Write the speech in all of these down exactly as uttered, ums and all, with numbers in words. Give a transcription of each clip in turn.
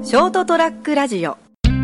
ショートトラックラジオ。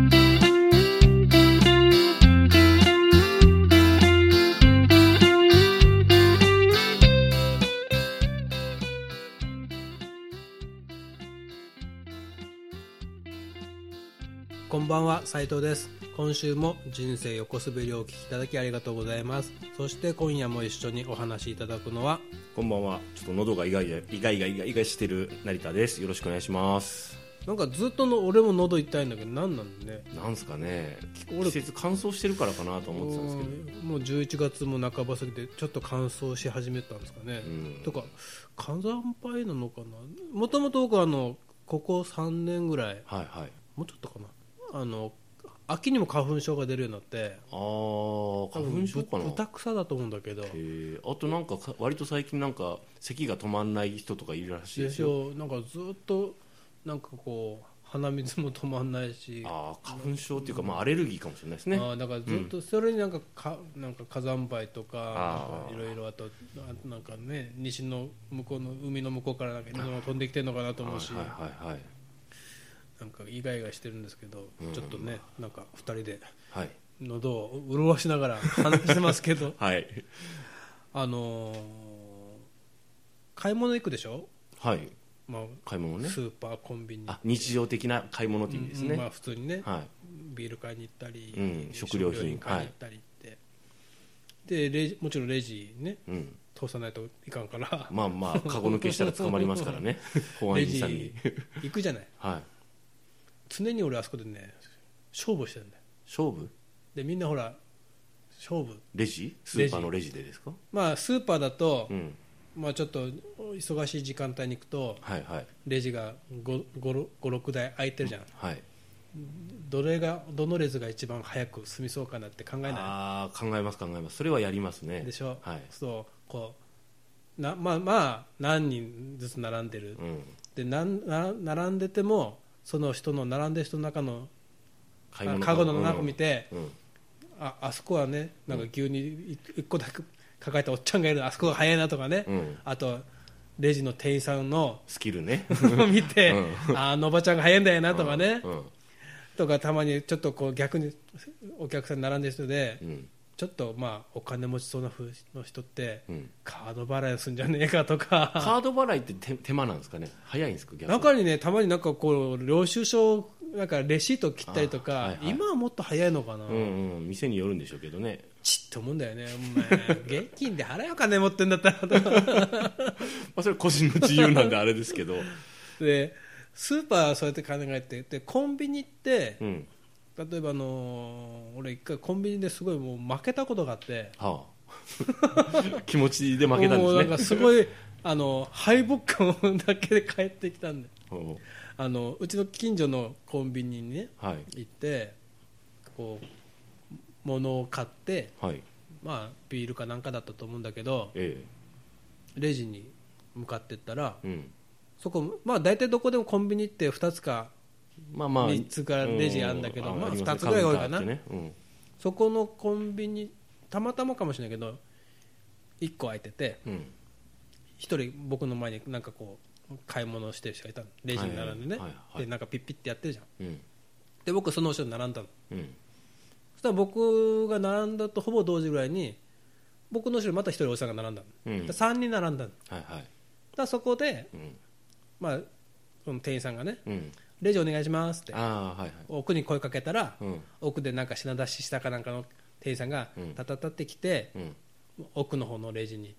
こんばんは、斉藤です。今週も人生横滑りをお聞きいただきありがとうございます。そして今夜も一緒にお話しいただくのは、 こんばんは。ちょっと喉がイガイガイガイガイガイガイしてる成田です。よろしくお願いします。 なんかずっとの俺も喉痛いんだけど、何なんだね。 なんすかね、季節乾燥してるからかなと思ってたんですけど、 もうじゅういちがつも半ば過ぎてちょっと乾燥し始めたんですかね、うん、とか火山灰なのかな。もともと僕はあのここさんねんぐらい、はいはい、もうちょっとかな、あの秋にも花粉症が出るようになって。あー、花粉症かな。 豚草だと思うんだけど。 へ、あとなんか割と最近なんか咳が止まんない人とかいるらしいですよ。 でしょ。なんかずっとなんかこう鼻水も止まんないし。 あ、花粉症っていうか、まあ、アレルギーかもしれないですね。 あ、だからずっとそれになんかか、なんか火山灰とかいろいろ、あとなんかね、西の向こうの海の向こうからなんかいろいろ飛んできてるのかなと思うし、はいはいはい、なんかイガイガしてるんですけど、うん、ちょっとね、なんかふたりで喉を潤しながら話してますけど、はい、あのー、買い物行くでしょ。はい、まあ、買い物ね、スーパーコンビニ、 あ、日常的な買い物って意味ですね、 うん、まあ、普通にね、はい、ビール買いに行ったり、うん、 食料品買いに行ったりって、はい、でレジ、もちろんレジね、うん、通さないといかんから、 まあまあカゴ抜けしたら捕まりますからね保安員さんに行くじゃない、はい、常に俺あそこでね勝負してるんだよ。 勝負で、みんなほら勝負、 レジ、スーパーのレジでですか。 まあスーパーだと、うん、まあ、ちょっと忙しい時間帯に行くと、はいはい、レジが ごろくだい空いてるじゃん、はい、どれがどのレジが一番早く済みそうかなって考えない。 あ、考えます考えます。それはやりますね。 でしょ、はい、そうこうな、まあまあ何人ずつ並んでる、うん、でなな並んでてもその人の並んでる人の中のカゴの中を見て、うんうん、あ, あそこはね、なんか牛にいっこだけ抱えたおっちゃんがいる、あそこが早いなとかね、うん、あとレジの店員さんのスキルね見て、うん、あのおばちゃんが早いんだよなとかね、うんうん、とかたまにちょっとこう逆にお客さん並んでる人で、うん、ちょっとまあお金持ちそうな風の人って、うん、カード払いするんじゃねえかとか。 カード払いって手、手間なんですかね。早いんですか逆に。 中にね、たまになんかこう領収書なんかレシート切ったりとか、はいはい、今はもっと早いのかな、 うんうん、店によるんでしょうけどね。 ちっと思うんだよね、お前現金で払えよ、金持ってんだったらまあそれ個人の自由なんであれですけどでスーパーはそうやって考えて、でコンビニって、うん、例えばあのー、俺一回コンビニですごいもう負けたことがあって、はあ、気持ちで負けたんですね。もうなんかすごいあの敗北感だけで帰ってきたんであのうちの近所のコンビニに、ね、はい、行ってこう物を買って、はい、まあ、ビールかなんかだったと思うんだけど、ええ、レジに向かっていったら、うん、そこ、まあ、大体どこでもコンビニってふたつか、まあまあ、みっつからレジあるんだけど、まあ、ふたつぐらいが多いかな、ね、うん、そこのコンビニたまたまかもしれないけどいっこ空いてて、うん、ひとり僕の前になんかこう買い物をしてる人がいたの、レジに並んでね、はいはいはいはい、でなんかピッピッってやってるじゃん、うん、で僕その後ろに並んだの、うん、そしたら僕が並んだとほぼ同時ぐらいに僕の後ろにまた一人おじさんが並んだの、うん、さんにん並んだの、はいはい、だそこで、うん、まあ、その店員さんがね、うん、レジお願いしますって、あ、はいはい、奥に声かけたら、うん、奥でなんか品出ししたかなんかの店員さんがタタタってきて、うん、奥の方のレジに行って、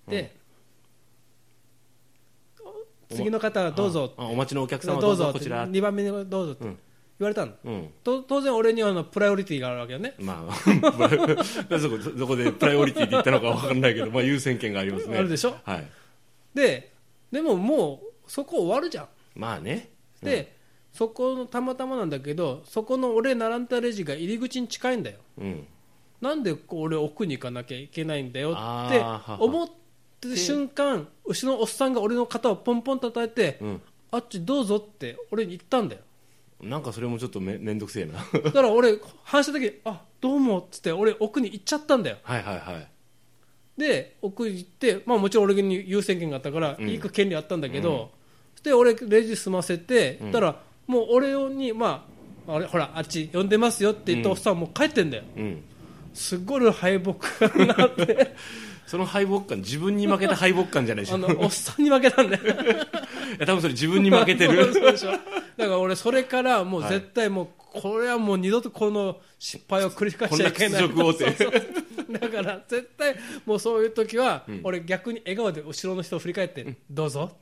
うん、次の方どうぞって、 お待ちのお客様どうぞこちらにばんめにどうぞって、うん、言われたの、うん、と当然俺にはあのプライオリティがあるわけよね、まあ、そこどこでプライオリティって言ったのか分からないけど、まあ、優先権がありますね。 あるでしょ、はい、で, でももうそこ終わるじゃん、 まあね、 で、うん、そこのたまたまなんだけどそこの俺並んだレジが入り口に近いんだよ、うん、なんで俺奥に行かなきゃいけないんだよって思って瞬間、後ろのおっさんが俺の肩をポンポン叩いて、うん、あっちどうぞって俺に言ったんだよ。 なんかそれもちょっと め, めんどくせえなだから俺反射的にあどうもっつって俺奥に行っちゃったんだよ。 はいはいはい。 で奥に行って、まあ、もちろん俺に優先権があったから、うん、行く権利あったんだけど、うん、で俺レジ済ませて、うん、たらもう俺に、まあ、あれほらあっち呼んでますよって言ったおっさんもう帰ってんだよ、うん、すごい敗北感があってその敗北感、自分に負けた敗北感じゃないでしょ。 あのおっさんに負けたんだよいや多分それ自分に負けてるそうでしょ。だから俺それからもう絶対もう、はい、これはもう二度とこの失敗を繰り返しちゃいけない。 こんな屈辱をってそうそうだから絶対もうそういう時は、うん、俺逆に笑顔で後ろの人を振り返って、うん、どうぞ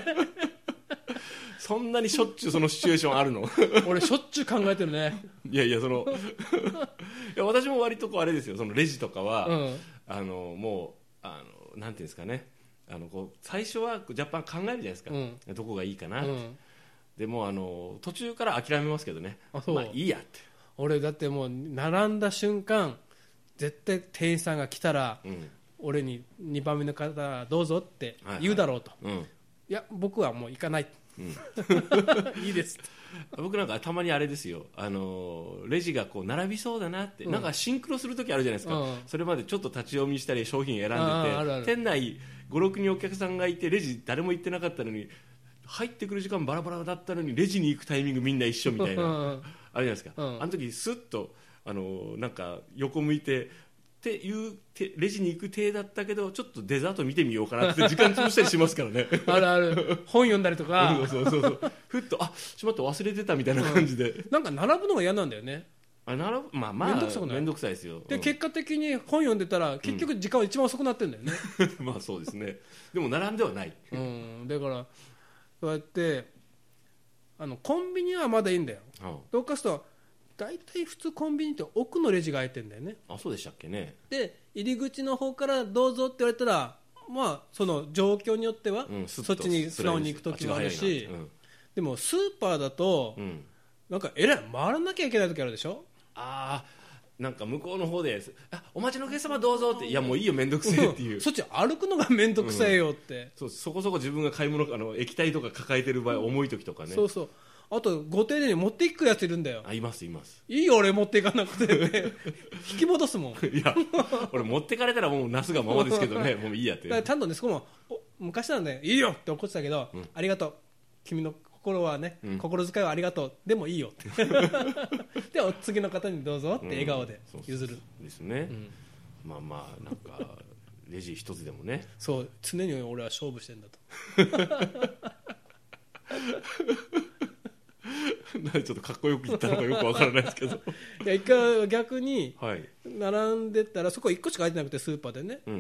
そんなにしょっちゅうそのシチュエーションあるの俺しょっちゅう考えてるね。 いやいやそのいや私も割とこうあれですよ、そのレジとかは、うん、あのもうあのなんていうんですかね、あのこう最初はジャパン考えるじゃないですか、うん、どこがいいかなって、うん、でもあの途中から諦めますけどね、あそう、まあいいやって。 俺だってもう並んだ瞬間絶対店員さんが来たら、うん、俺ににばんめの方どうぞって言うだろうと、はいはい、うん、いや僕はもう行かない、うん、いいです僕なんかたまにあれですよ、あのレジがこう並びそうだなって、うん、なんかシンクロするときあるじゃないですか、うん、それまでちょっと立ち読みしたり商品選んでて、あるある店内ごろくにんお客さんがいてレジ誰も行ってなかったのに入ってくる時間バラバラだったのにレジに行くタイミングみんな一緒みたいな、うん、あるじゃないですか、うん、あの時スッとあのなんか横向いてっていうレジに行く手だったけどちょっとデザート見てみようかなって時間潰したりしますからねあるある、本読んだりとかそうそうそうそうふっとあしまった忘れてたみたいな感じで、うん、 なんか並ぶのが嫌なんだよね。 あ並ぶまあまあ面倒くさいですよ。 で、うん、結果的に本読んでたら結局時間は一番遅くなってるんだよね、 うん、まあそうですね。でも並んではない、 うん、だからそうやってあのコンビニはまだいいんだよ、うん、どうかすると大体普通コンビニって奥のレジが開いてるんだよね。 あ、そうでしたっけね。 で入り口の方からどうぞって言われたら、まあその状況によっては、うん、そっちに素直に行く時もあるし、うん、でもスーパーだと、うん、なんかえらい回らなきゃいけない時あるでしょ。 ああ、なんか向こうの方であお待ちのお客様どうぞって、いやもういいよめんどくせえっていう、 うん、そっち歩くのがめんどくせえよって、うん、 そうそこそこ自分が買い物あの液体とか抱えてる場合、重い時とかね。 そうそう、あとご丁寧に持っていくやついるんだよ。 あ、いますいます。 いいよ俺持っていかなくて、ね、引き戻すもん。 いや俺持ってかれたらもうナスがままですけどねもういいやって。 だからちゃんとねそこも昔なんでいいよって怒ってたけど、うん、ありがとう君の心はね、うん、心遣いはありがとうでもいいよってで次の方にどうぞって笑顔で譲る、 うん、ですね、うん、まあまあなんかレジ一つでもねそう常に俺は勝負してんだとちょっとかっこよく言ったのかよくわからないですけどいや一回逆に並んでたら、そこいっこしか空いてなくてスーパーでね、うん、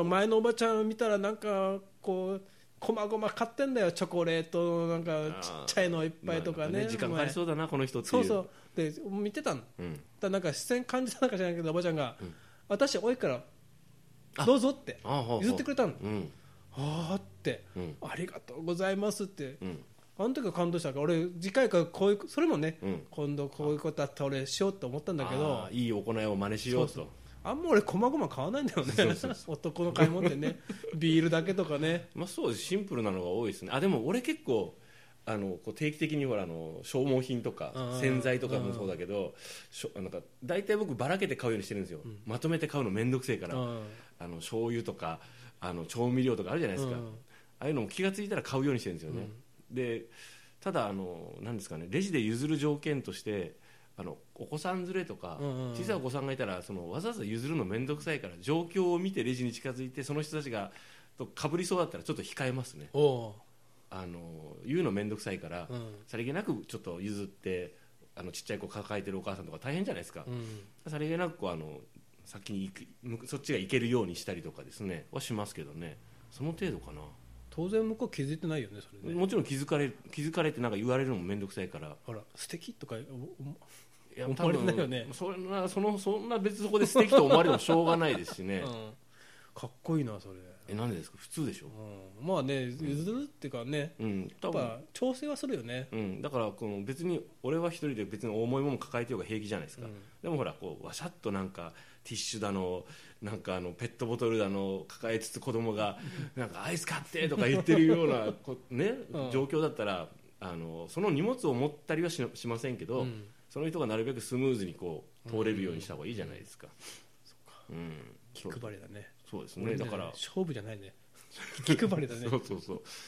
前のおばちゃん見たらなんかこうこまごま買ってんだよ、チョコレートなんかちっちゃいのいっぱいとか ね,、まあ、ね時間かかりそうだなこの人っていう。 そうそうで見てたの、うん、だなんか視線感じたのかじゃないけどおばちゃんが、うん、私多いからどうぞって譲ってくれたの。あ、うん、あって、うん、ありがとうございますって、うん、あの時は感動したから俺次回からこういうそれもね、うん、今度こういうことあったら俺しようって思ったんだけど、 いい行いを真似しようと。そうそう、 あんま俺こまごま買わないんだよね。そうそうそう男の買い物ってねビールだけとかね、 まあ、そうですシンプルなのが多いですね。あでも俺結構あのこう定期的にほらあの消耗品とか洗剤とかもそうだけどしょなんか大体僕ばらけて買うようにしてるんですよ、うん、まとめて買うのめんどくせえからあの醤油とかあの調味料とかあるじゃないですか、ああいうのも気がついたら買うようにしてるんですよね、うん、でただあのなんですかね、レジで譲る条件としてあのお子さん連れとか、うんうんうん、小さいお子さんがいたらそのわざわざ譲るの面倒くさいから状況を見てレジに近づいてその人たちがとかぶりそうだったらちょっと控えますね。おあの言うの面倒くさいから、うん、さりげなくちょっと譲ってあのちっちゃい子抱えてるお母さんとか大変じゃないですか、うん、さりげなくこうあの先に行くそっちが行けるようにしたりとかですねはしますけどね、その程度かな。 当然向こう気づいてないよねそれね。 もちろん気づかれ気づかれてなんか言われるのも面倒くさいから、 あら素敵とかいや思われないよね。そんなそのそんな別そこで素敵と思われてもしょうがないですしね、うん、 かっこいいなそれ。 えなんでですか、普通でしょ、 うん、まあね譲るっていうかね、うん、やっぱ調整はするよね、 うん、だからこの別に俺は一人で別に重いもの抱えてようが平気じゃないですか、うん、でもほらこうわしゃっとなんかティッシュだのなんかあのペットボトルだの抱えつつ子供がなんかアイス買ってとか言ってるようなこ、ねうん、状況だったらあのその荷物を持ったりは し, しませんけど、うん、その人がなるべくスムーズにこう通れるようにした方がいいじゃないですか、 うんうん、気配りだね。 そうですね、だから勝負じゃないね気配りだねそうそうそう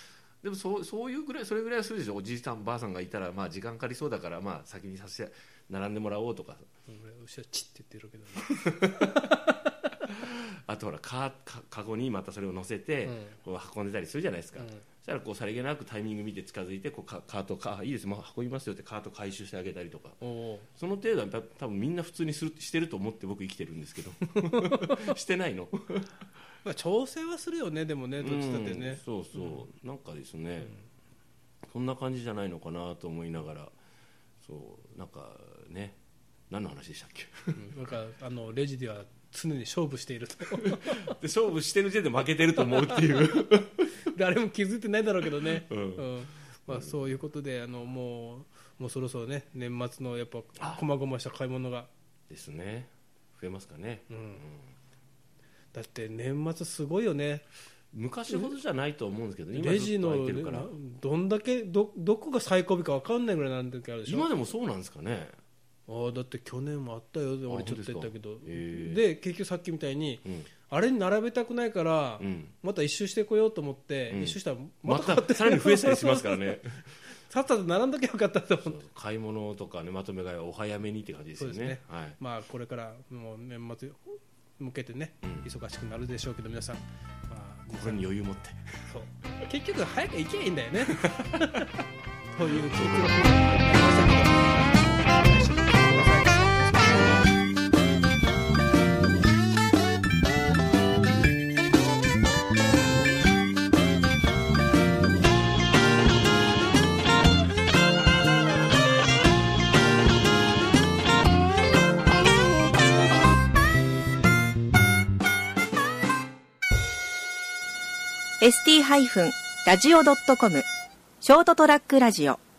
でもそう、そういうぐらいそれぐらいはするでしょ。おじいさんばあさんがいたら、まあ、時間かかりそうだから、まあ、先にさせて並んでもらおうとか、 俺後ろチッって言ってるけどねあとほらカカゴにまたそれを乗せて、こう運んでたりするじゃないですか、うん、そしたらこうさりげなくタイミング見て近づいてこうカカートカーいいですもう運びますよってカート回収してあげたりとか、その程度はた多分みんな普通にするしてると思って僕生きてるんですけどしてないのまあ調整はするよね。でもね、どっちだってね、うん、 そうそう、うん、なんかですね、うん、そんな感じじゃないのかなと思いながら、そうなんかね、何の話でしたっけ、うん、 なんかあのレジでは常に勝負しているとで勝負してる時点で負けてると思うっていう誰も気づいてないだろうけどね、うんうんまあ、そういうことであのもう、もうそろそろね年末のやっぱこまごました買い物がですね増えますかね、うんうん、 だって年末すごいよね。 昔ほどじゃないと思うんですけど、今レジのどんだけ ど, どこが最後尾か分かんないぐらいなんだけどあるでしょ。 今でもそうなんですかね。 あだって去年もあったよ、俺ちょっと言ったけど、で結局さっきみたいに、うん、あれに並べたくないから、うん、また一周してこようと思って、うん、一周したらまたまたさらに増えたりしますからねさっさと並んどきゃよかったと思って。 買い物とか、ね、まとめ買いはお早めにって感じですよね。そうですね、はい、 まあ、これからもう年末向けてね、うん、忙しくなるでしょうけど皆さん、まあ、これに余裕持ってそう結局早く行けばいいんだよねという結論になりましたけど、 エスティー ラジオ ドットコム ショートトラックラジオ